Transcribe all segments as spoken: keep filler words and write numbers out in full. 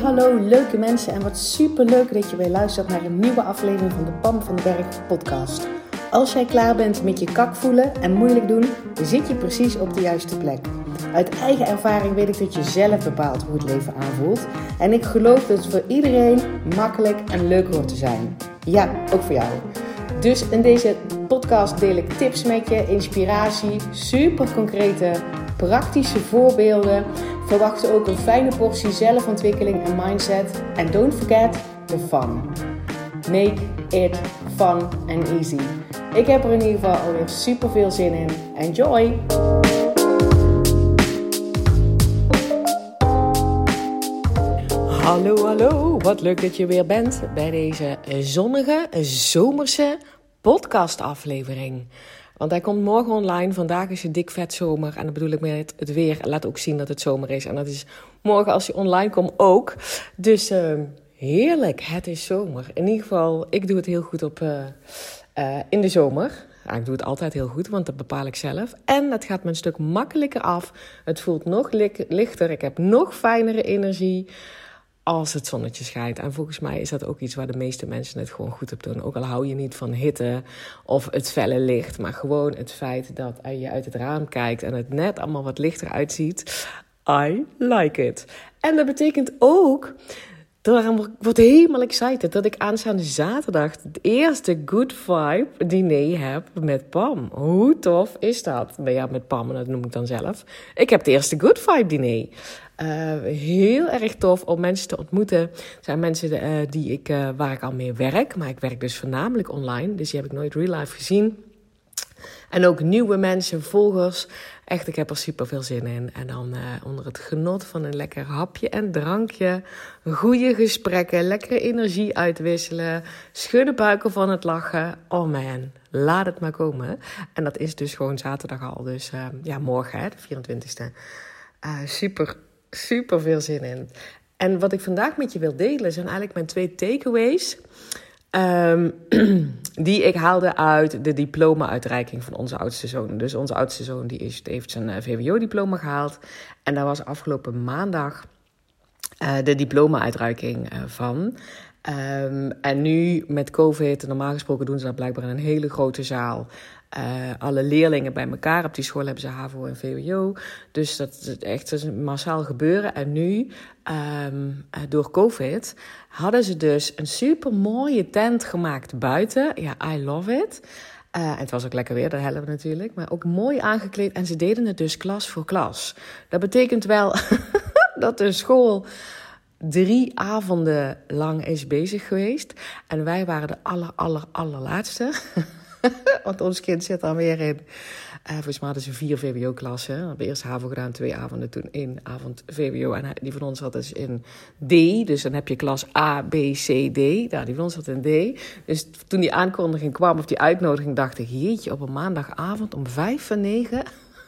hallo leuke mensen en wat super leuk dat je weer luistert naar een nieuwe aflevering van de Pam van den Berg podcast. Als jij klaar bent met je kak voelen en moeilijk doen, dan zit je precies op de juiste plek. Uit eigen ervaring weet ik dat je zelf bepaalt hoe het leven aanvoelt. En ik geloof dat het voor iedereen makkelijk en leuk hoort te zijn. Ja, ook voor jou. Dus in deze podcast deel ik tips met je, inspiratie, super concrete, praktische voorbeelden. Verwacht ook een fijne portie zelfontwikkeling en mindset. En don't forget the fun. Make it fun and easy. Ik heb er in ieder geval alweer super veel zin in. Enjoy! Hallo, hallo. Wat leuk dat je weer bent bij deze zonnige, zomerse podcastaflevering. Want hij komt morgen online. Vandaag is het dik vet zomer. En dat bedoel ik met het weer. Laat ook zien dat het zomer is. En dat is morgen als hij online komt ook. Dus uh, heerlijk. Het is zomer. In ieder geval, ik doe het heel goed op uh, uh, in de zomer. Ja, ik doe het altijd heel goed, want dat bepaal ik zelf. En het gaat me een stuk makkelijker af. Het voelt nog li- lichter. Ik heb nog fijnere energie als het zonnetje schijnt. En volgens mij is dat ook iets waar de meeste mensen het gewoon goed op doen. Ook al hou je niet van hitte of het felle licht. Maar gewoon het feit dat je uit het raam kijkt en het net allemaal wat lichter uitziet. I like it. En dat betekent ook, daarom word ik helemaal excited, dat ik aanstaande zaterdag het eerste Good Vibe diner heb met Pam. Hoe tof is dat? Nou ja, met Pam, dat noem ik dan zelf. Ik heb het eerste Good Vibe diner. Uh, heel erg tof om mensen te ontmoeten. Het zijn mensen uh, die ik, uh, waar ik al mee werk. Maar ik werk dus voornamelijk online. Dus die heb ik nooit real life gezien. En ook nieuwe mensen, volgers. Echt, ik heb er super veel zin in. En dan uh, onder het genot van een lekker hapje en drankje. Goede gesprekken, lekkere energie uitwisselen. Schudden buiken van het lachen. Oh man, laat het maar komen. En dat is dus gewoon zaterdag al. Dus uh, ja, morgen, hè, de vierentwintigste. Uh, super Super veel zin in. En wat ik vandaag met je wil delen zijn eigenlijk mijn twee takeaways. Um, die ik haalde uit de diploma-uitreiking van onze oudste zoon. Dus onze oudste zoon die is, die heeft zijn uh, V W O-diploma gehaald. En daar was afgelopen maandag uh, de diploma-uitreiking uh, van. Um, en nu met COVID, normaal gesproken doen ze dat blijkbaar in een hele grote zaal. Uh, alle leerlingen bij elkaar. Op die school hebben ze H A V O en V W O. Dus dat is echt dat is een massaal gebeuren. En nu, um, door COVID, hadden ze dus een super mooie tent gemaakt buiten. Ja, I love it. Uh, en het was ook lekker weer, dat helpt natuurlijk. Maar ook mooi aangekleed. En ze deden het dus klas voor klas. Dat betekent wel dat de school drie avonden lang is bezig geweest. En wij waren de aller, aller, allerlaatste. Want ons kind zit dan weer in. Uh, volgens mij hadden ze vier V W O-klassen. We hebben eerst H A V O gedaan, twee avonden, toen één avond V W O. En die van ons zat dus in D. Dus dan heb je klas A, B, C, D. Nou, die van ons zat in D. Dus toen die aankondiging kwam, of die uitnodiging, dacht ik, jeetje, op een maandagavond om vijf van negen.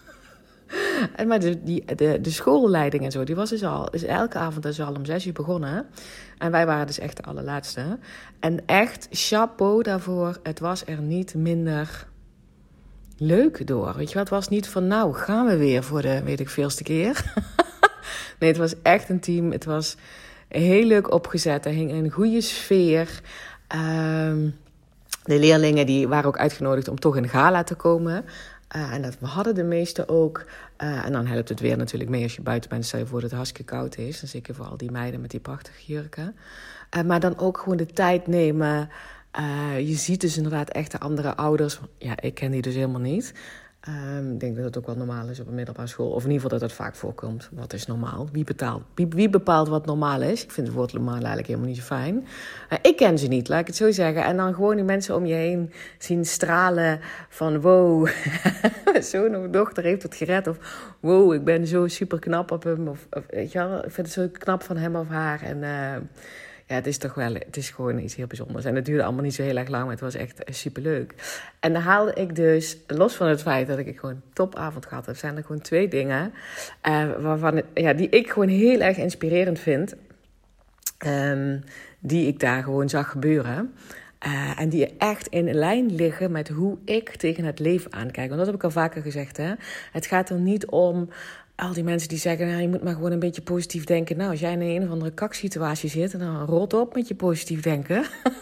En maar de, die, de, de schoolleiding en zo, die was dus al, is elke avond dus al om zes uur begonnen. En wij waren dus echt de allerlaatste. En echt chapeau daarvoor. Het was er niet minder leuk door. Weet je wat? Het was niet van, nou, gaan we weer voor de, weet ik veelste keer. Nee, het was echt een team. Het was heel leuk opgezet. Er hing een goede sfeer. Um, de leerlingen die waren ook uitgenodigd om toch in gala te komen. Uh, en dat hadden de meesten ook. Uh, en dan helpt het weer natuurlijk mee als je buiten bent. Stel je voor dat het hartstikke koud is. En zeker voor al die meiden met die prachtige jurken. Uh, maar dan ook gewoon de tijd nemen. Uh, je ziet dus inderdaad echt de andere ouders. Ja, ik ken die dus helemaal niet. Um, ik denk dat het ook wel normaal is op een middelbare school. Of in ieder geval dat het vaak voorkomt. Wat is normaal? Wie, betaalt, wie, wie bepaalt wat normaal is? Ik vind het woord normaal eigenlijk helemaal niet zo fijn. Uh, ik ken ze niet, laat ik het zo zeggen. En dan gewoon die mensen om je heen zien stralen van wow, zoon of dochter heeft het gered. Of wow, ik ben zo super knap op hem. Of, of weet je wel, ik vind het zo knap van hem of haar. En uh, ja, het is toch wel, het is gewoon iets heel bijzonders. En het duurde allemaal niet zo heel erg lang, maar het was echt superleuk. En dan haalde ik dus, los van het feit dat ik gewoon een topavond gehad heb, zijn er gewoon twee dingen uh, waarvan het, ja, die ik gewoon heel erg inspirerend vind. Um, die ik daar gewoon zag gebeuren. Uh, en die echt in lijn liggen met hoe ik tegen het leven aankijk. Want dat heb ik al vaker gezegd. Hè? Het gaat er niet om al die mensen die zeggen, nou, je moet maar gewoon een beetje positief denken. Nou, als jij in een of andere kaksituatie zit, dan rot op met je positief denken.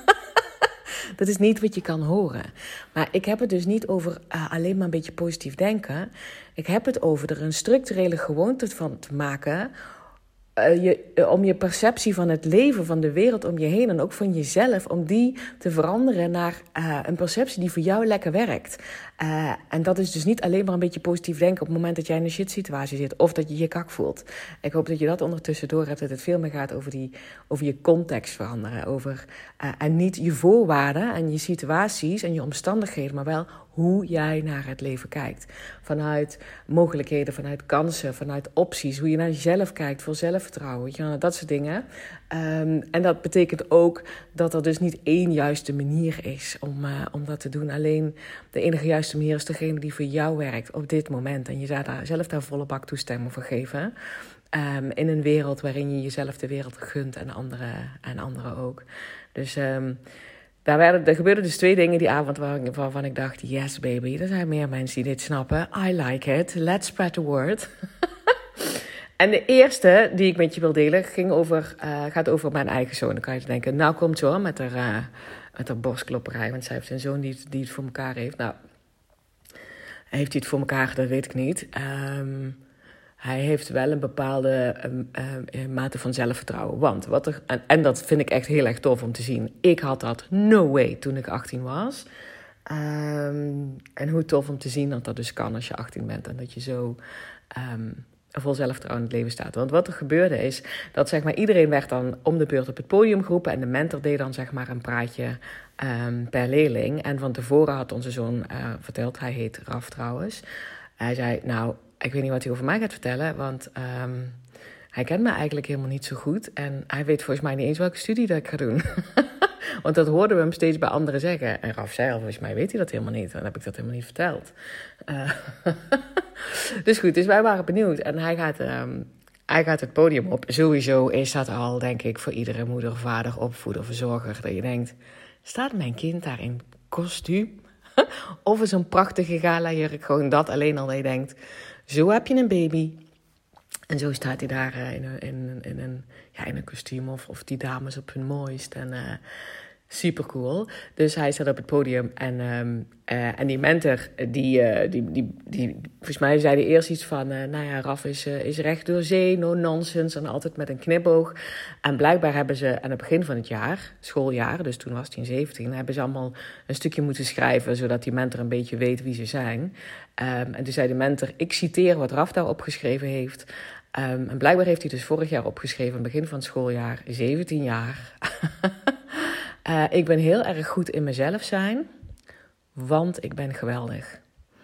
Dat is niet wat je kan horen. Maar ik heb het dus niet over uh, alleen maar een beetje positief denken. Ik heb het over er een structurele gewoonte van te maken. Uh, je, uh, om je perceptie van het leven, van de wereld om je heen en ook van jezelf, om die te veranderen naar uh, een perceptie die voor jou lekker werkt. Uh, en dat is dus niet alleen maar een beetje positief denken op het moment dat jij in een shit situatie zit of dat je je kak voelt. Ik hoop dat je dat ondertussen door hebt, dat het veel meer gaat over, die, over je context veranderen. Over, uh, en niet je voorwaarden en je situaties en je omstandigheden, maar wel hoe jij naar het leven kijkt. Vanuit mogelijkheden, vanuit kansen, vanuit opties. Hoe je naar jezelf kijkt, voor zelfvertrouwen. Weet je, dat soort dingen. Um, en dat betekent ook dat er dus niet één juiste manier is om, uh, om dat te doen. Alleen de enige juiste manier is degene die voor jou werkt op dit moment. En je zou daar zelf daar volle bak toestemming voor geven. Um, in een wereld waarin je jezelf de wereld gunt en anderen, en anderen ook. Dus Um, Daar, werden, er gebeurden dus twee dingen die avond waarvan ik dacht, yes baby, er zijn meer mensen die dit snappen. I like it, let's spread the word. En de eerste die ik met je wil delen ging over, uh, gaat over mijn eigen zoon. Dan kan je denken, nou komt ze hoor met haar, uh, met haar borstklopperij. Want zij heeft een zoon die, die het voor elkaar heeft. Nou, heeft hij het voor elkaar, dat weet ik niet. Um, Hij heeft wel een bepaalde um, uh, mate van zelfvertrouwen. Want wat er, en, en dat vind ik echt heel erg tof om te zien. Ik had dat no way toen ik achttien was. Um, en hoe tof om te zien dat dat dus kan als je achttien bent. En dat je zo um, vol zelfvertrouwen in het leven staat. Want wat er gebeurde is dat zeg maar, iedereen werd dan om de beurt op het podium geroepen. En de mentor deed dan zeg maar, een praatje um, per leerling. En van tevoren had onze zoon uh, verteld, hij heet Raf trouwens. Hij zei, nou, ik weet niet wat hij over mij gaat vertellen, want um, hij kent me eigenlijk helemaal niet zo goed. En hij weet volgens mij niet eens welke studie dat ik ga doen. Want dat hoorden we hem steeds bij anderen zeggen. En Raf zei al, volgens mij weet hij dat helemaal niet. Dan heb ik dat helemaal niet verteld. Uh, dus goed, dus wij waren benieuwd. En hij gaat, um, hij gaat het podium op. Sowieso is dat al, denk ik, voor iedere moeder, vader, opvoeder, verzorger. Dat je denkt, staat mijn kind daar in kostuum? Of is een prachtige gala-jurk, gewoon dat alleen al dat je denkt, zo heb je een baby. En zo staat hij daar uh, in, een, in, in, een, ja, in een kostuum of, of die dames op hun mooist. En uh, super cool. Dus hij staat op het podium en, um, uh, en die mentor, die, uh, die, die, die, volgens mij zei hij eerst iets van, uh, nou ja, Raf is, uh, is recht door zee, no nonsense en altijd met een knipoog. En blijkbaar hebben ze aan het begin van het jaar, schooljaar, dus toen was hij zeventien, hebben ze allemaal een stukje moeten schrijven, zodat die mentor een beetje weet wie ze zijn. Um, en toen zei de mentor, ik citeer wat Raf daar opgeschreven heeft. Um, en blijkbaar heeft hij dus vorig jaar opgeschreven, begin van het schooljaar, zeventien jaar. uh, ik ben heel erg goed in mezelf zijn, want ik ben geweldig.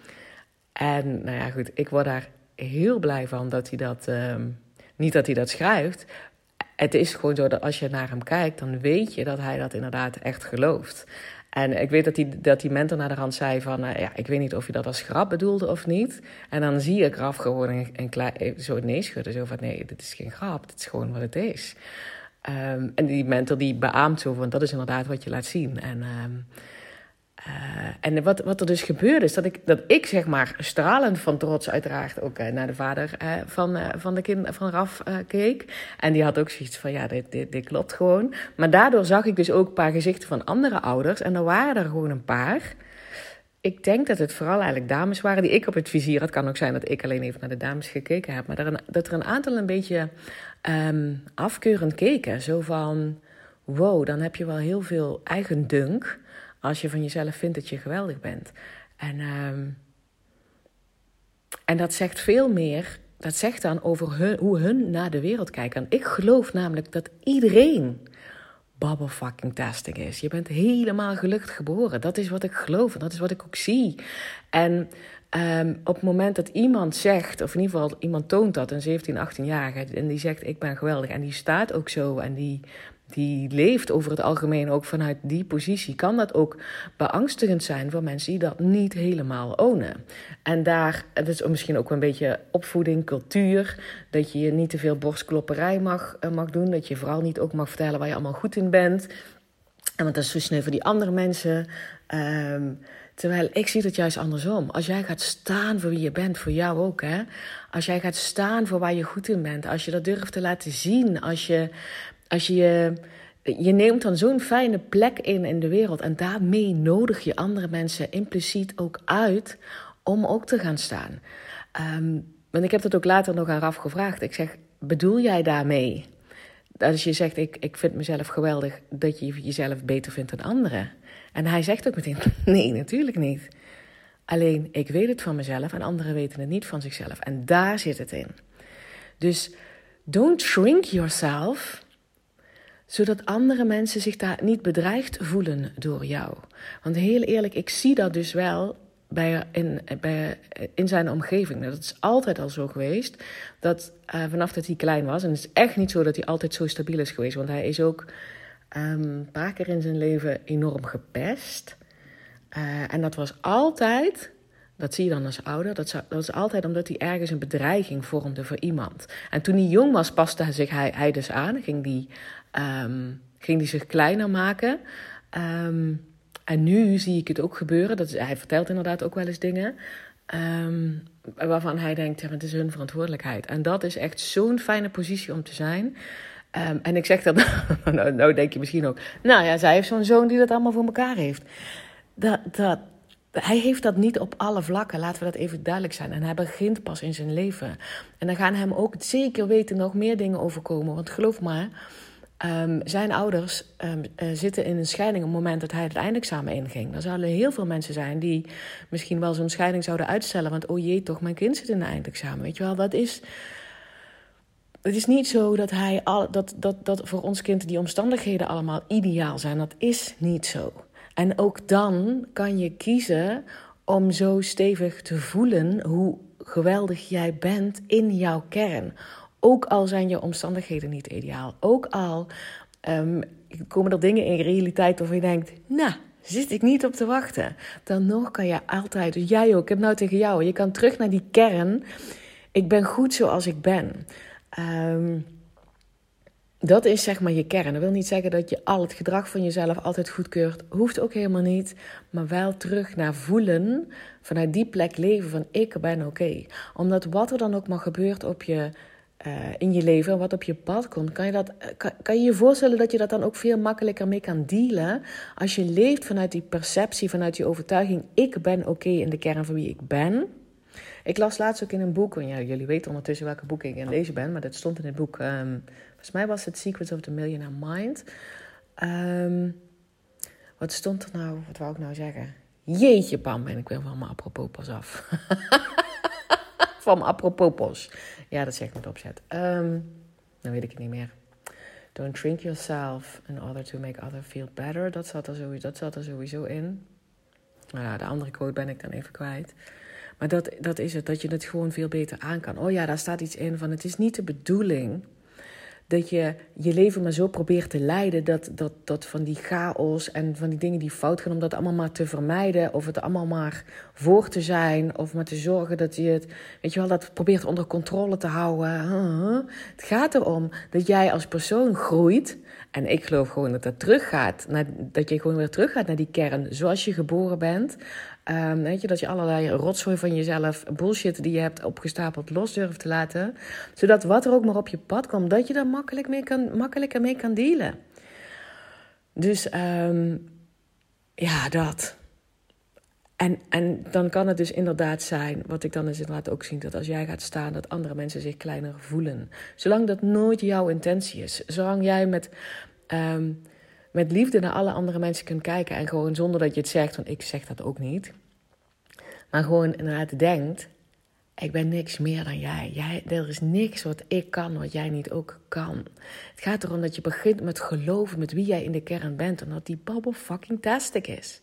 En nou ja, goed, ik word daar heel blij van dat hij dat, um, niet dat hij dat schrijft. Het is gewoon zo dat als je naar hem kijkt, dan weet je dat hij dat inderdaad echt gelooft. En ik weet dat die, dat die mentor naar de rand zei van, uh, ja, ik weet niet of je dat als grap bedoelde of niet. En dan zie ik Raf gewoon een, een klein, zo nee schudden. Zo van, nee, dit is geen grap, dit is gewoon wat het is. Um, en die mentor die beaamt zo van, dat is inderdaad wat je laat zien. En, um, uh, en wat, wat er dus gebeurde is dat ik, dat ik zeg maar stralend van trots uiteraard ook uh, naar de vader uh, van, uh, van, de kind, van Raf uh, keek. En die had ook zoiets van, ja, dit, dit, dit klopt gewoon. Maar daardoor zag ik dus ook een paar gezichten van andere ouders. En er waren er gewoon een paar. Ik denk dat het vooral eigenlijk dames waren die ik op het vizier had. Het kan ook zijn dat ik alleen even naar de dames gekeken heb. Maar dat er een, dat er een aantal een beetje um, afkeurend keken. Zo van, wow, dan heb je wel heel veel eigendunk als je van jezelf vindt dat je geweldig bent. En, um, en dat zegt veel meer. Dat zegt dan over hun, hoe hun naar de wereld kijken. En ik geloof namelijk dat iedereen bubble fucking tastic is. Je bent helemaal gelukkig geboren. Dat is wat ik geloof en dat is wat ik ook zie. En um, op het moment dat iemand zegt, of in ieder geval iemand toont dat, een zeventien, achttien-jarige, en die zegt ik ben geweldig en die staat ook zo en die, die leeft over het algemeen ook vanuit die positie, kan dat ook beangstigend zijn voor mensen die dat niet helemaal ownen. En daar, het is misschien ook een beetje opvoeding, cultuur, dat je je niet te veel borstklopperij mag, mag doen, dat je vooral niet ook mag vertellen waar je allemaal goed in bent. En want dat is zo sneu voor die andere mensen. Um, terwijl ik zie het juist andersom. Als jij gaat staan voor wie je bent, voor jou ook. Hè? Als jij gaat staan voor waar je goed in bent. Als je dat durft te laten zien. Als je als je, je neemt dan zo'n fijne plek in in de wereld. En daarmee nodig je andere mensen impliciet ook uit om ook te gaan staan. Um, want ik heb dat ook later nog aan Raf gevraagd. Ik zeg, bedoel jij daarmee? Als je zegt, ik, ik vind mezelf geweldig, dat je jezelf beter vindt dan anderen. En hij zegt ook meteen, nee, natuurlijk niet. Alleen, ik weet het van mezelf en anderen weten het niet van zichzelf. En daar zit het in. Dus don't shrink yourself, zodat andere mensen zich daar niet bedreigd voelen door jou. Want heel eerlijk, ik zie dat dus wel bij, in, bij, in zijn omgeving. Dat is altijd al zo geweest, dat uh, vanaf dat hij klein was, en het is echt niet zo dat hij altijd zo stabiel is geweest, want hij is ook um, een paar keer in zijn leven enorm gepest. Uh, en dat was altijd, dat zie je dan als ouder, dat, dat was altijd omdat hij ergens een bedreiging vormde voor iemand. En toen hij jong was, paste hij zich hij, hij dus aan, ging hij um, ging die zich kleiner maken. Um, en nu zie ik het ook gebeuren, dat is, hij vertelt inderdaad ook wel eens dingen, um, waarvan hij denkt, ja, het is hun verantwoordelijkheid. En dat is echt zo'n fijne positie om te zijn. Um, en ik zeg dat, nou, nou denk je misschien ook, nou ja, zij heeft zo'n zoon die dat allemaal voor elkaar heeft. Dat, dat, hij heeft dat niet op alle vlakken, laten we dat even duidelijk zijn. En hij begint pas in zijn leven. En dan gaan hem ook zeker weten nog meer dingen overkomen. Want geloof maar, um, zijn ouders um, uh, zitten in een scheiding op het moment dat hij het eindexamen inging. Er zouden heel veel mensen zijn die misschien wel zo'n scheiding zouden uitstellen. Want oh jee, toch, mijn kind zit in het eindexamen. Weet je wel, dat is... Het is niet zo dat, hij al, dat, dat, dat voor ons kind die omstandigheden allemaal ideaal zijn. Dat is niet zo. En ook dan kan je kiezen om zo stevig te voelen hoe geweldig jij bent in jouw kern. Ook al zijn je omstandigheden niet ideaal. Ook al um, komen er dingen in realiteit waarvan je denkt, nou, zit ik niet op te wachten. Dan nog kan je altijd, dus jij ook, ik heb nou tegen jou, je kan terug naar die kern. Ik ben goed zoals ik ben. Um, dat is zeg maar je kern. Dat wil niet zeggen dat je al het gedrag van jezelf altijd goedkeurt. Hoeft ook helemaal niet. Maar wel terug naar voelen. Vanuit die plek leven van ik ben oké. Okay. Omdat wat er dan ook maar gebeurt op je, uh, in je leven. Wat op je pad komt. Kan je, dat, kan, kan je je voorstellen dat je dat dan ook veel makkelijker mee kan dealen. Als je leeft vanuit die perceptie. Vanuit die overtuiging. Ik ben oké okay in de kern van wie ik ben. Ik las laatst ook in een boek, en ja, jullie weten ondertussen welke boek ik aan het lezen ben, maar dat stond in het boek, um, volgens mij was het Secrets of the Millionaire Mind. Um, wat stond er nou, wat wou ik nou zeggen? Jeetje Pam, ben ik weer van mijn apropos pas af. Van mijn apropos pas. Ja, dat zegt met opzet. Um, dan weet ik het niet meer. Don't shrink yourself in order to make others feel better. Dat zat er sowieso, dat zat er sowieso in. Nou ja, de andere quote ben ik dan even kwijt. Maar dat, dat is het, dat je het gewoon veel beter aan kan. Oh ja, daar staat iets in van, het is niet de bedoeling dat je je leven maar zo probeert te leiden, dat, dat, dat van die chaos en van die dingen die fout gaan, om dat allemaal maar te vermijden, of het allemaal maar voor te zijn, of maar te zorgen dat je het, weet je wel, dat probeert onder controle te houden. Uh-huh. Het gaat erom dat jij als persoon groeit, en ik geloof gewoon dat dat teruggaat, naar, dat je gewoon weer teruggaat naar die kern, zoals je geboren bent. Um, weet je, dat je allerlei rotzooi van jezelf, bullshit die je hebt opgestapeld, los durft te laten. Zodat wat er ook maar op je pad komt, dat je daar makkelijk mee kan, makkelijker mee kan dealen. Dus um, ja, dat. En, en dan kan het dus inderdaad zijn, wat ik dan dus inderdaad ook zie, dat als jij gaat staan, dat andere mensen zich kleiner voelen. Zolang dat nooit jouw intentie is. Zolang jij met... Um, met liefde naar alle andere mensen kunt kijken. En gewoon zonder dat je het zegt, want ik zeg dat ook niet. Maar gewoon inderdaad denkt, ik ben niks meer dan jij. jij. Er is niks wat ik kan, wat jij niet ook kan. Het gaat erom dat je begint met geloven met wie jij in de kern bent. En dat die babbel fucking tastic is.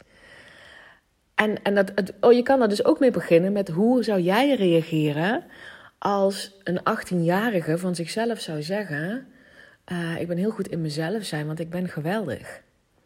En, en dat, het, oh, je kan er dus ook mee beginnen met hoe zou jij reageren als een achttienjarige van zichzelf zou zeggen... Uh, ik ben heel goed in mezelf zijn, want ik ben geweldig.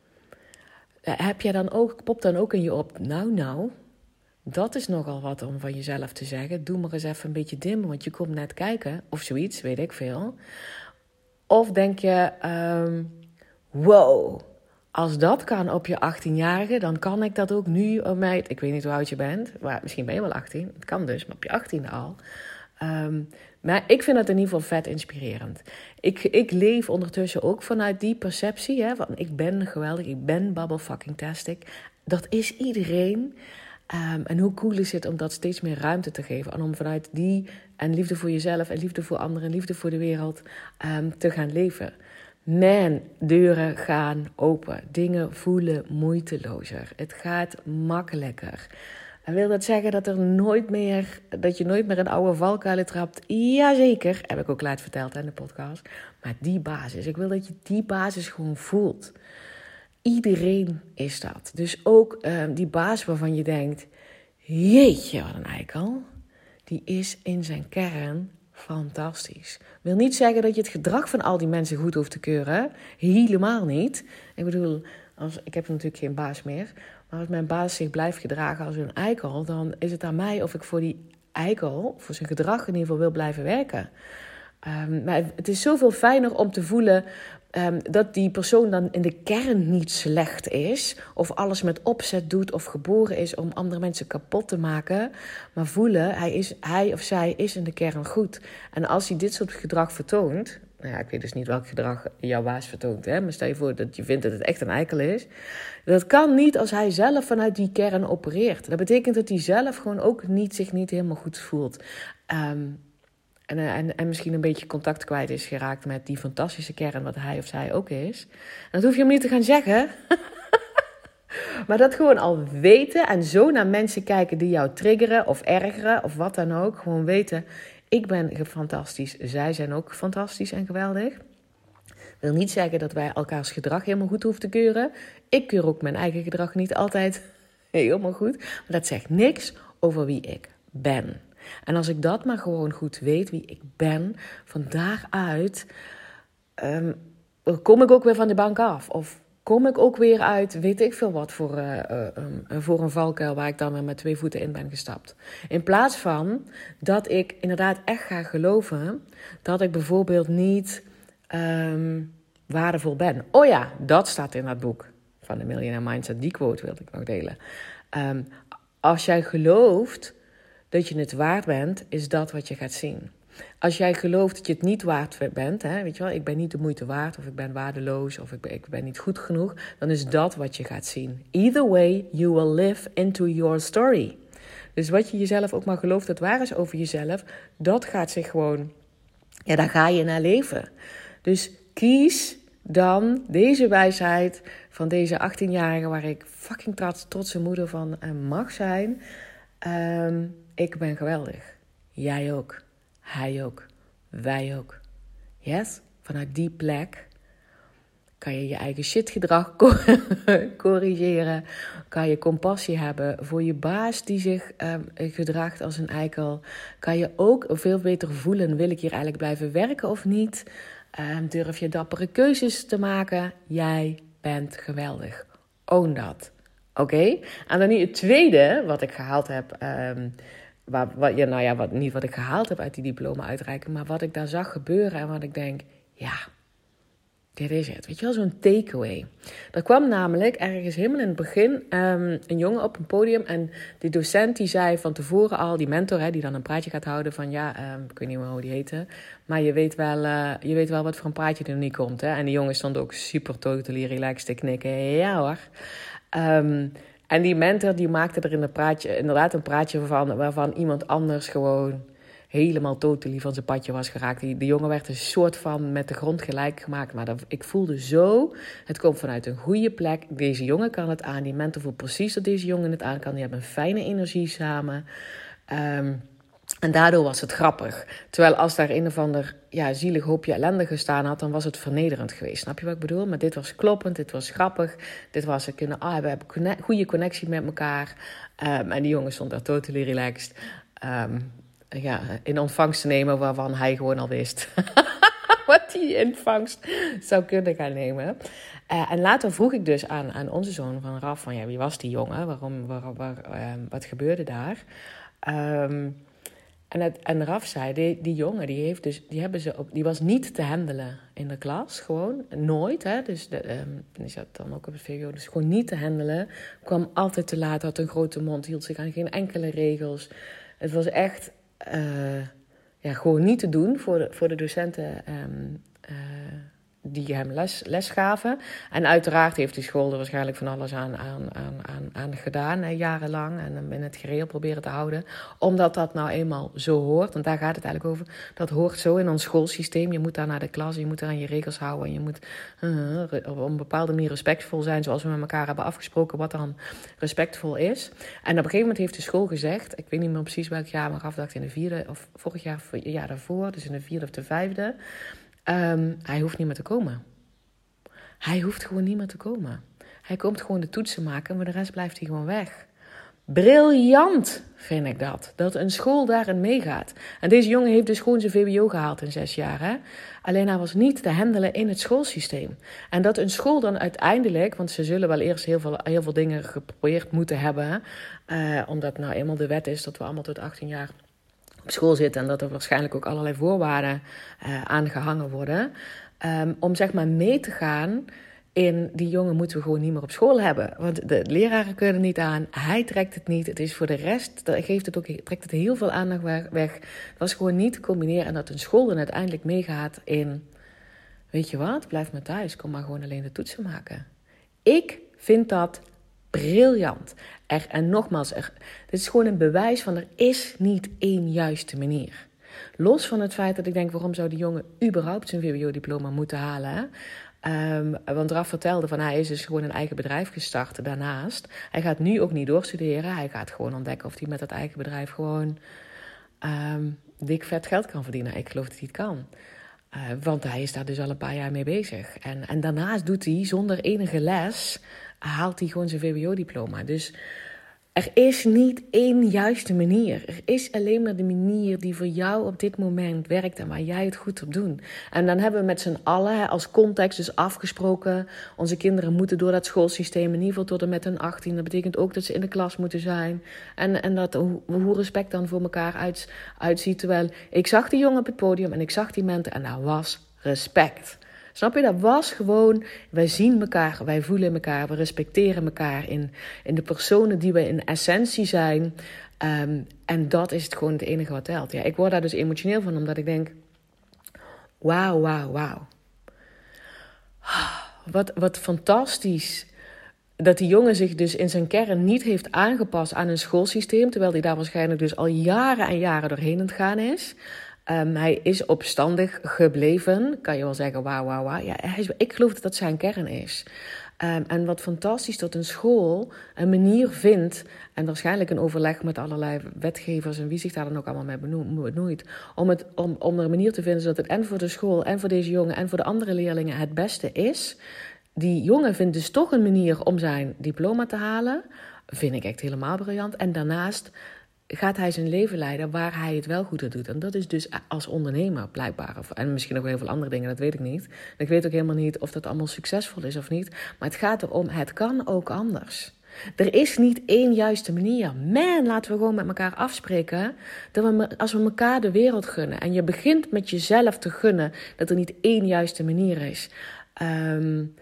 Uh, heb jij dan ook, popt dan ook in je op, nou nou, dat is nogal wat om van jezelf te zeggen. Doe maar eens even een beetje dim, want je komt net kijken. Of zoiets, weet ik veel. Of denk je, um, wow, als dat kan op je achttienjarige, dan kan ik dat ook nu op mij. Ik weet niet hoe oud je bent, maar misschien ben je wel achttien. Het kan dus, maar op je achttiende al. Um, maar ik vind het in ieder geval vet inspirerend. Ik, ik leef ondertussen ook vanuit die perceptie. Hè, van ik ben geweldig, ik ben babbelfucking-tastic. Dat is iedereen. Um, en hoe cool is het om dat steeds meer ruimte te geven. En om vanuit die en liefde voor jezelf en liefde voor anderen en liefde voor de wereld um, te gaan leven. Man, deuren gaan open. Dingen voelen moeitelozer. Het gaat makkelijker. En wil dat zeggen dat, er nooit meer, dat je nooit meer in oude valkuilen trapt? Jazeker, heb ik ook laatst verteld in de podcast. Maar die basis, ik wil dat je die basis gewoon voelt. Iedereen is dat. Dus ook uh, die baas waarvan je denkt, jeetje, wat een eikel. Die is in zijn kern fantastisch. Wil niet zeggen dat je het gedrag van al die mensen goed hoeft te keuren. Helemaal niet. Ik bedoel, als, ik heb natuurlijk geen baas meer. Maar als mijn baas zich blijft gedragen als een eikel, dan is het aan mij of ik voor die eikel, voor zijn gedrag in ieder geval, wil blijven werken. Um, maar het is zoveel fijner om te voelen um, dat die persoon dan in de kern niet slecht is, of alles met opzet doet, of geboren is om andere mensen kapot te maken. Maar voelen, hij, is, hij of zij is in de kern goed. En als hij dit soort gedrag vertoont, nou ja, ik weet dus niet welk gedrag jouw baas vertoont, hè, maar stel je voor dat je vindt dat het echt een eikel is. Dat kan niet als hij zelf vanuit die kern opereert. Dat betekent dat hij zelf gewoon ook niet, zich niet helemaal goed voelt. Um, en, en, en misschien een beetje contact kwijt is geraakt met die fantastische kern wat hij of zij ook is. En dat hoef je hem niet te gaan zeggen. Maar dat gewoon al weten en zo naar mensen kijken die jou triggeren of ergeren of wat dan ook. Gewoon weten, ik ben fantastisch, zij zijn ook fantastisch en geweldig. Wil niet zeggen dat wij elkaars gedrag helemaal goed hoeven te keuren. Ik keur ook mijn eigen gedrag niet altijd helemaal goed. Maar dat zegt niks over wie ik ben. En als ik dat maar gewoon goed weet, wie ik ben, van daaruit um, kom ik ook weer van de bank af. Of kom ik ook weer uit, weet ik veel wat, voor, uh, uh, um, voor een valkuil waar ik dan weer met twee voeten in ben gestapt. In plaats van dat ik inderdaad echt ga geloven dat ik bijvoorbeeld niet um, waardevol ben. Oh ja, dat staat in dat boek van de Millionaire Mindset. Die quote wilde ik nog delen. Um, als jij gelooft dat je het waard bent, is dat wat je gaat zien. Als jij gelooft dat je het niet waard bent, hè, weet je wel, ik ben niet de moeite waard, of ik ben waardeloos, of ik ben, ik ben niet goed genoeg, dan is dat wat je gaat zien. Either way, you will live into your story. Dus wat je jezelf ook maar gelooft dat waar is over jezelf, dat gaat zich gewoon, ja, daar ga je naar leven. Dus kies dan deze wijsheid van deze achttienjarige, waar ik fucking trots, trotse moeder van mag zijn. Um, ik ben geweldig. Jij ook. Hij ook. Wij ook. Yes? Vanuit die plek kan je je eigen shitgedrag corrigeren. Kan je compassie hebben voor je baas die zich um, gedraagt als een eikel. Kan je ook veel beter voelen, wil ik hier eigenlijk blijven werken of niet? Um, durf je dappere keuzes te maken? Jij bent geweldig. Own dat. Oké? Okay? En dan nu het tweede wat ik gehaald heb. Um, waar, wat, ja, nou ja, wat, niet wat ik gehaald heb uit die diploma-uitreiking. Maar wat ik daar zag gebeuren en wat ik denk, ja, dit is het. Weet je wel, zo'n takeaway. Er kwam namelijk ergens helemaal in het begin um, een jongen op een podium. En die docent die zei van tevoren al, die mentor hè, die dan een praatje gaat houden van ja, um, ik weet niet meer hoe die heette. Maar je weet wel, uh, je weet wel wat voor een praatje er nog niet komt. Hè? En die jongen stond ook super totally relaxed te knikken. Ja hoor. Um, en die mentor die maakte er in een praatje, inderdaad een praatje van waarvan iemand anders gewoon helemaal totally van zijn padje was geraakt. Die, die jongen werd een soort van met de grond gelijk gemaakt. Maar dat, ik voelde zo, het komt vanuit een goede plek. Deze jongen kan het aan. Die mentor voelt precies dat deze jongen het aan kan. Die hebben een fijne energie samen. Um, en daardoor was het grappig. Terwijl als daar een of ander ja, zielig hoopje ellende gestaan had, dan was het vernederend geweest. Snap je wat ik bedoel? Maar dit was kloppend, dit was grappig. Dit was, we kunnen, ah, we hebben een goede connectie met elkaar. Um, en die jongen stond daar totally relaxed. Um, ja, in ontvangst te nemen waarvan hij gewoon al wist wat hij in ontvangst zou kunnen gaan nemen. Uh, en later vroeg ik dus aan, aan onze zoon van Raf van ja, wie was die jongen? Waarom, waar, waar, uh, wat gebeurde daar? Um, En, het, en Raf zei, die, die jongen, die, heeft dus, die, hebben ze op, die was niet te handelen in de klas. Gewoon, nooit. Hè? Dus de, um, die zat dan ook op het V W O, dus gewoon niet te handelen. Kwam altijd te laat, had een grote mond, hield zich aan geen enkele regels. Het was echt uh, ja, gewoon niet te doen voor de, voor de docenten um, uh, die hem les, les gaven. En uiteraard heeft die school er waarschijnlijk van alles aan, aan, aan, aan, aan gedaan, hè, jarenlang. En hem in het gereel proberen te houden. Omdat dat nou eenmaal zo hoort. Want daar gaat het eigenlijk over. Dat hoort zo in ons schoolsysteem. Je moet daar naar de klas, je moet er aan je regels houden. En je moet uh, op een bepaalde manier respectvol zijn, zoals we met elkaar hebben afgesproken wat dan respectvol is. En op een gegeven moment heeft de school gezegd, ik weet niet meer precies welk jaar, maar afdacht in de vierde, of vorig jaar, jaar daarvoor, dus in de vierde of de vijfde. Um, hij hoeft niet meer te komen. Hij hoeft gewoon niet meer te komen. Hij komt gewoon de toetsen maken, maar de rest blijft hij gewoon weg. Briljant vind ik dat. Dat een school daarin meegaat. En deze jongen heeft dus gewoon zijn V W O gehaald in zes jaar. Hè? Alleen hij was niet te handelen in het schoolsysteem. En dat een school dan uiteindelijk, want ze zullen wel eerst heel veel, heel veel dingen geprobeerd moeten hebben. Uh, omdat nou eenmaal de wet is dat we allemaal tot achttien jaar op school zitten en dat er waarschijnlijk ook allerlei voorwaarden uh, aan gehangen worden. Um, om zeg maar mee te gaan in die jongen moeten we gewoon niet meer op school hebben. Want de leraren kunnen het niet aan, hij trekt het niet. Het is voor de rest, dat geeft het ook, trekt het heel veel aandacht weg. Het was gewoon niet te combineren en dat een school dan uiteindelijk meegaat in, weet je wat, blijf maar thuis, kom maar gewoon alleen de toetsen maken. Ik vind dat briljant. Er, en nogmaals, er, dit is gewoon een bewijs van er is niet één juiste manier. Los van het feit dat ik denk, waarom zou die jongen überhaupt zijn V W O-diploma moeten halen? Hè? Um, want Raf vertelde van hij is dus gewoon een eigen bedrijf gestart daarnaast. Hij gaat nu ook niet doorstuderen. Hij gaat gewoon ontdekken of hij met dat eigen bedrijf gewoon um, dik vet geld kan verdienen. Ik geloof dat hij het kan. Uh, want hij is daar dus al een paar jaar mee bezig. En, en daarnaast doet hij zonder enige les, haalt hij gewoon zijn V W O-diploma. Dus er is niet één juiste manier. Er is alleen maar de manier die voor jou op dit moment werkt en waar jij het goed op doet. En dan hebben we met z'n allen als context dus afgesproken, onze kinderen moeten door dat schoolsysteem in ieder geval tot en met hun achttien. Dat betekent ook dat ze in de klas moeten zijn. En, en dat, hoe, hoe respect dan voor elkaar uit, uitziet. Terwijl ik zag die jongen op het podium en ik zag die mensen en daar was respect. Snap je? Dat was gewoon, wij zien elkaar, wij voelen elkaar, we respecteren elkaar in, in de personen die we in essentie zijn. Um, en dat is het gewoon het enige wat telt. Ja, ik word daar dus emotioneel van, omdat ik denk, wauw, wauw, wauw. Wat, wat fantastisch dat die jongen zich dus in zijn kern niet heeft aangepast aan een schoolsysteem, terwijl hij daar waarschijnlijk dus al jaren en jaren doorheen aan het gaan is. Um, hij is opstandig gebleven. Kan je wel zeggen, wauw, wauw, wauw. Ja, hij is, ik geloof dat dat zijn kern is. Um, en wat fantastisch dat een school een manier vindt, en waarschijnlijk een overleg met allerlei wetgevers en wie zich daar dan ook allemaal mee benoeit, om, het, om, om er een manier te vinden zodat het en voor de school en voor deze jongen en voor de andere leerlingen het beste is. Die jongen vindt dus toch een manier om zijn diploma te halen. Vind ik echt helemaal briljant. En daarnaast gaat hij zijn leven leiden waar hij het wel goed doet. En dat is dus als ondernemer blijkbaar. En misschien nog heel veel andere dingen, dat weet ik niet. En ik weet ook helemaal niet of dat allemaal succesvol is of niet. Maar het gaat erom, het kan ook anders. Er is niet één juiste manier. Man, laten we gewoon met elkaar afspreken dat we, als we elkaar de wereld gunnen. En je begint met jezelf te gunnen dat er niet één juiste manier is. Um,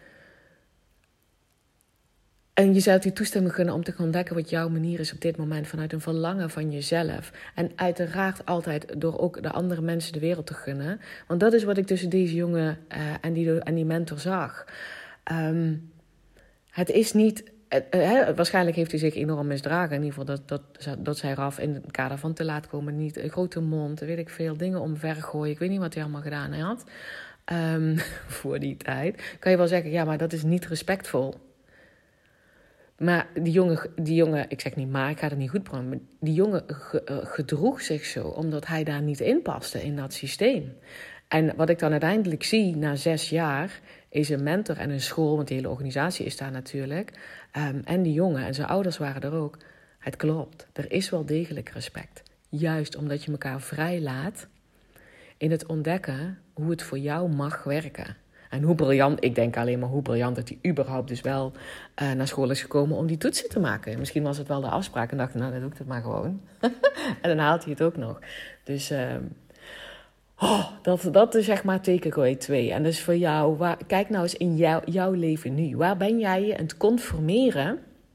En jezelf die toestemming gunnen om te gaan ontdekken wat jouw manier is op dit moment vanuit een verlangen van jezelf. En uiteraard altijd door ook de andere mensen de wereld te gunnen. Want dat is wat ik tussen deze jongen uh, en, die, en die mentor zag. Um, het is niet, uh, uh, waarschijnlijk heeft hij zich enorm misdragen. In ieder geval dat, dat, dat zij Raf in het kader van te laat komen. Niet een grote mond, weet ik veel, dingen omvergooien. Ik weet niet wat hij allemaal gedaan had um, voor die tijd. Kan je wel zeggen, ja, maar dat is niet respectvol. Maar die jongen, die jongen, ik zeg niet maar, ik ga het niet goed praten, maar die jongen gedroeg zich zo, omdat hij daar niet in paste in dat systeem. En wat ik dan uiteindelijk zie na zes jaar, is een mentor en een school, want de hele organisatie is daar natuurlijk, um, en die jongen en zijn ouders waren er ook. Het klopt, er is wel degelijk respect. Juist omdat je elkaar vrij laat in het ontdekken hoe het voor jou mag werken. En hoe briljant, ik denk alleen maar hoe briljant dat hij überhaupt dus wel uh, naar school is gekomen om die toetsen te maken. Misschien was het wel de afspraak en dacht, nou dan doe ik het maar gewoon. En dan haalt hij het ook nog. Dus uh, oh, dat, dat is zeg maar takeaway twee. En dus voor jou, waar, kijk nou eens in jou, jouw leven nu. Waar ben jij je aan het conformeren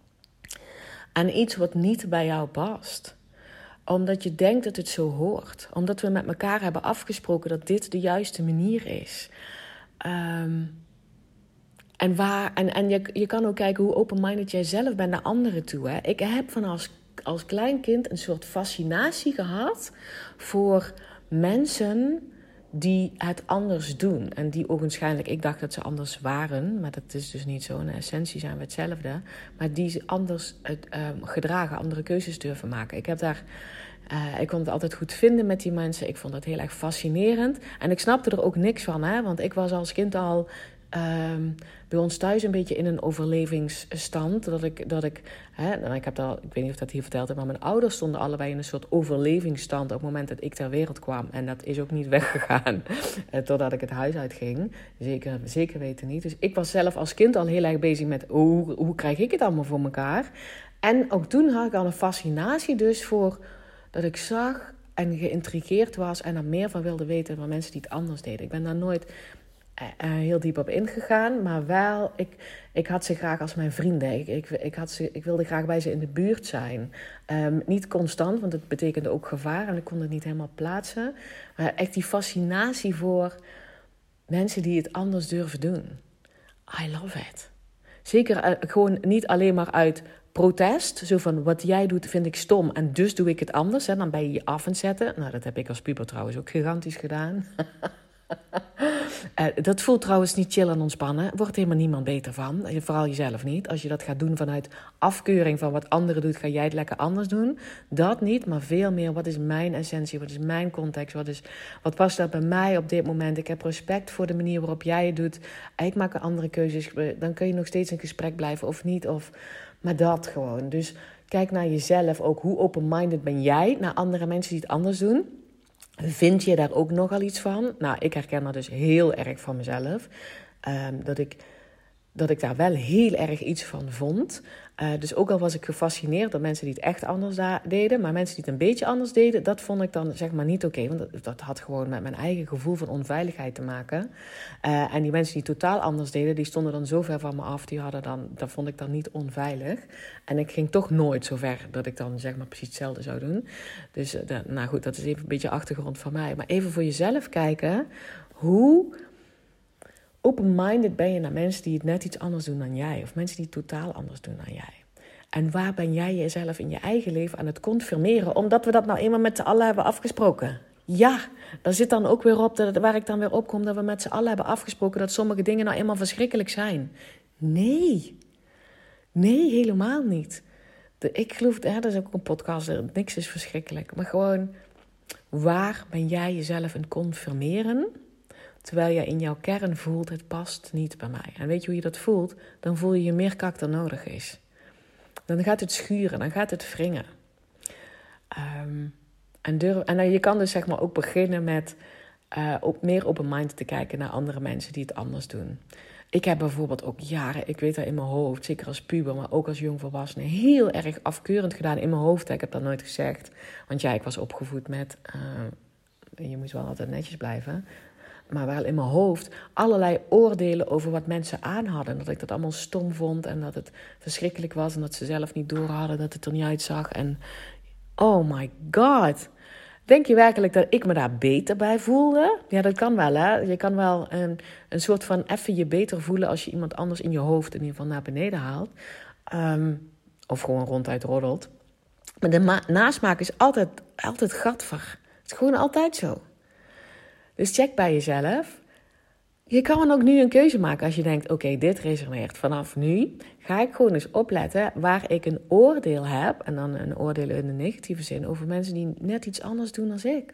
aan iets wat niet bij jou past? Omdat je denkt dat het zo hoort. Omdat we met elkaar hebben afgesproken dat dit de juiste manier is. Um, en waar, en, en je, je kan ook kijken hoe open-minded jij zelf bent naar anderen toe. Hè? Ik heb van als, als klein kind een soort fascinatie gehad voor mensen die het anders doen. En die ogenschijnlijk, ik dacht dat ze anders waren, maar dat is dus niet zo. In essentie zijn we hetzelfde. Maar die ze anders uh, gedragen, andere keuzes durven maken. Ik heb daar... Uh, ik kon het altijd goed vinden met die mensen. Ik vond het heel erg fascinerend. En ik snapte er ook niks van, hè? Want ik was als kind al uh, bij ons thuis een beetje in een overlevingsstand. Dat ik, dat ik, hè, ik heb dat, ik weet niet of dat hier verteld heb, maar mijn ouders stonden allebei in een soort overlevingsstand op het moment dat ik ter wereld kwam. En dat is ook niet weggegaan uh, totdat ik het huis uitging. Zeker, zeker weten niet. Dus ik was zelf als kind al heel erg bezig met hoe, hoe krijg ik het allemaal voor elkaar. En ook toen had ik al een fascinatie dus voor dat ik zag en geïntrigeerd was en er meer van wilde weten van mensen die het anders deden. Ik ben daar nooit uh, heel diep op ingegaan, maar wel, ik, ik had ze graag als mijn vrienden. Ik, ik, ik, had ze, ik wilde graag bij ze in de buurt zijn. Um, niet constant, want het betekende ook gevaar en ik kon het niet helemaal plaatsen. Maar echt die fascinatie voor mensen die het anders durven doen. I love it. Zeker uh, gewoon niet alleen maar uit protest, zo van wat jij doet vind ik stom en dus doe ik het anders. Hè? Dan ben je je af aan het zetten. Nou, dat heb ik als puber trouwens ook gigantisch gedaan. uh, dat voelt trouwens niet chill en ontspannen. Wordt helemaal niemand beter van. Vooral jezelf niet. Als je dat gaat doen vanuit afkeuring van wat anderen doen, ga jij het lekker anders doen. Dat niet, maar veel meer. Wat is mijn essentie? Wat is mijn context? Wat, is, wat past dat bij mij op dit moment? Ik heb respect voor de manier waarop jij het doet. Ik maak andere keuzes. Dan kun je nog steeds in gesprek blijven of niet. Of... Maar dat gewoon. Dus kijk naar jezelf ook. Hoe open-minded ben jij naar andere mensen die het anders doen? Vind je daar ook nogal iets van? Nou, ik herken dat dus heel erg van mezelf. Um, dat ik... dat ik daar wel heel erg iets van vond. Uh, dus ook al was ik gefascineerd door mensen die het echt anders da- deden... maar mensen die het een beetje anders deden... dat vond ik dan zeg maar niet oké. Okay, want dat, dat had gewoon met mijn eigen gevoel van onveiligheid te maken. Uh, en die mensen die totaal anders deden... die stonden dan zo ver van me af. Die hadden dan, dat vond ik dan niet onveilig. En ik ging toch nooit zo ver... dat ik dan zeg maar precies hetzelfde zou doen. Dus uh, de, nou goed, dat is even een beetje achtergrond van mij. Maar even voor jezelf kijken... hoe... open-minded ben je naar mensen die het net iets anders doen dan jij. Of mensen die het totaal anders doen dan jij. En waar ben jij jezelf in je eigen leven aan het confirmeren? Omdat we dat nou eenmaal met z'n allen hebben afgesproken. Ja, daar zit dan ook weer op, dat, waar ik dan weer op kom... dat we met z'n allen hebben afgesproken dat sommige dingen nou eenmaal verschrikkelijk zijn. Nee. Nee, helemaal niet. De, ik geloof, hè, dat is ook een podcast, niks is verschrikkelijk. Maar gewoon, waar ben jij jezelf aan het confirmeren... terwijl je in jouw kern voelt, het past niet bij mij. En weet je hoe je dat voelt? Dan voel je je meer kak dan nodig is. Dan gaat het schuren, dan gaat het wringen. Um, en, durf, en dan, je kan dus zeg maar ook beginnen met uh, op, meer open-minded te kijken naar andere mensen die het anders doen. Ik heb bijvoorbeeld ook jaren, ik weet dat in mijn hoofd, zeker als puber, maar ook als jongvolwassene, heel erg afkeurend gedaan in mijn hoofd. Ik heb dat nooit gezegd. Want ja, ik was opgevoed met, uh, je moet wel altijd netjes blijven... maar wel in mijn hoofd allerlei oordelen over wat mensen aan hadden. Dat ik dat allemaal stom vond en dat het verschrikkelijk was... en dat ze zelf niet door hadden, dat het er niet uitzag. En oh my god, denk je werkelijk dat ik me daar beter bij voelde? Ja, dat kan wel, hè. Je kan wel een, een soort van even je beter voelen... als je iemand anders in je hoofd in ieder geval naar beneden haalt. Um, of gewoon ronduit roddelt. Maar de ma- nasmaak is altijd, altijd gatver. Het is gewoon altijd zo. Dus check bij jezelf. Je kan ook nu een keuze maken als je denkt... oké, okay, dit resoneert. Vanaf nu ga ik gewoon eens opletten... waar ik een oordeel heb... en dan een oordeel in de negatieve zin... over mensen die net iets anders doen dan ik.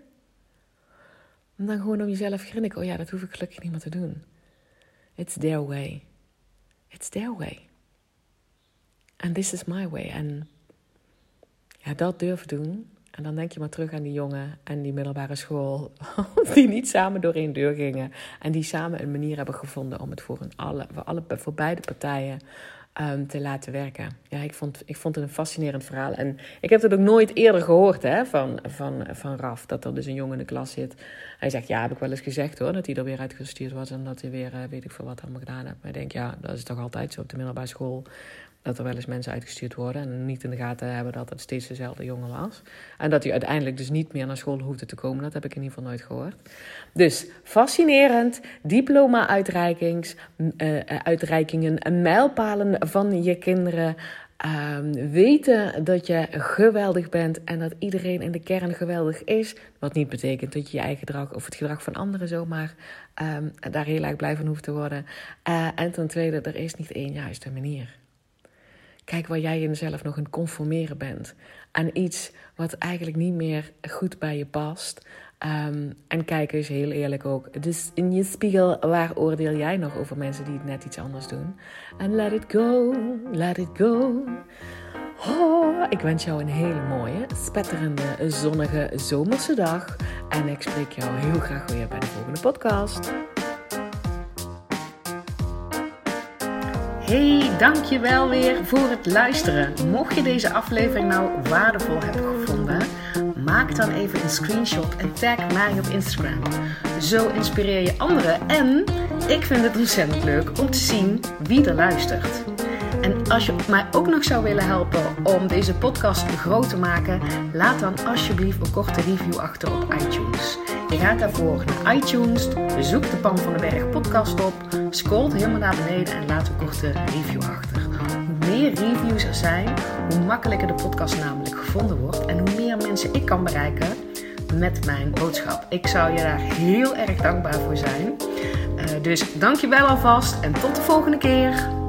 En dan gewoon om jezelf grinniken... oh ja, dat hoef ik gelukkig niet meer te doen. It's their way. It's their way. And this is my way. En ja, dat durven doen... En dan denk je maar terug aan die jongen en die middelbare school, die niet samen door één deur gingen. En die samen een manier hebben gevonden om het voor, een alle, voor, alle, voor beide partijen um, te laten werken. Ja, ik vond, ik vond het een fascinerend verhaal. En ik heb het ook nooit eerder gehoord hè, van, van, van Raf, dat er dus een jongen in de klas zit. Hij zegt, ja, heb ik wel eens gezegd hoor, dat hij er weer uitgestuurd was en dat hij weer, uh, weet ik veel wat allemaal gedaan heeft. Maar ik denk, ja, dat is toch altijd zo op de middelbare school. Dat er wel eens mensen uitgestuurd worden en niet in de gaten hebben dat het steeds dezelfde jongen was. En dat hij uiteindelijk dus niet meer naar school hoefde te komen. Dat heb ik in ieder geval nooit gehoord. Dus fascinerend. Diploma-uitreikings, uh, uitreikingen, mijlpalen van je kinderen. Uh, weten dat je geweldig bent en dat iedereen in de kern geweldig is. Wat niet betekent dat je je eigen gedrag of het gedrag van anderen zomaar um, daar heel erg blij van hoeft te worden. Uh, en ten tweede, er is niet één juiste manier. Kijk waar jij jezelf nog in conformeren bent. Aan iets wat eigenlijk niet meer goed bij je past. Um, en kijk eens heel eerlijk ook. Dus in je spiegel, waar oordeel jij nog over mensen die het net iets anders doen? En let it go, let it go. Oh, ik wens jou een hele mooie, spetterende, zonnige zomerse dag. En ik spreek jou heel graag weer bij de volgende podcast. Hey, dankjewel weer voor het luisteren. Mocht je deze aflevering nou waardevol hebben gevonden, maak dan even een screenshot en tag mij op Instagram. Zo inspireer je anderen en ik vind het ontzettend leuk om te zien wie er luistert. En als je mij ook nog zou willen helpen om deze podcast groot te maken, laat dan alsjeblieft een korte review achter op iTunes. Je gaat daarvoor naar iTunes, zoek de Pam van den Berg podcast op, scrolt helemaal naar beneden en laat een korte review achter. Hoe meer reviews er zijn, hoe makkelijker de podcast namelijk gevonden wordt en hoe meer mensen ik kan bereiken met mijn boodschap. Ik zou je daar heel erg dankbaar voor zijn. Uh, dus dank je wel alvast en tot de volgende keer.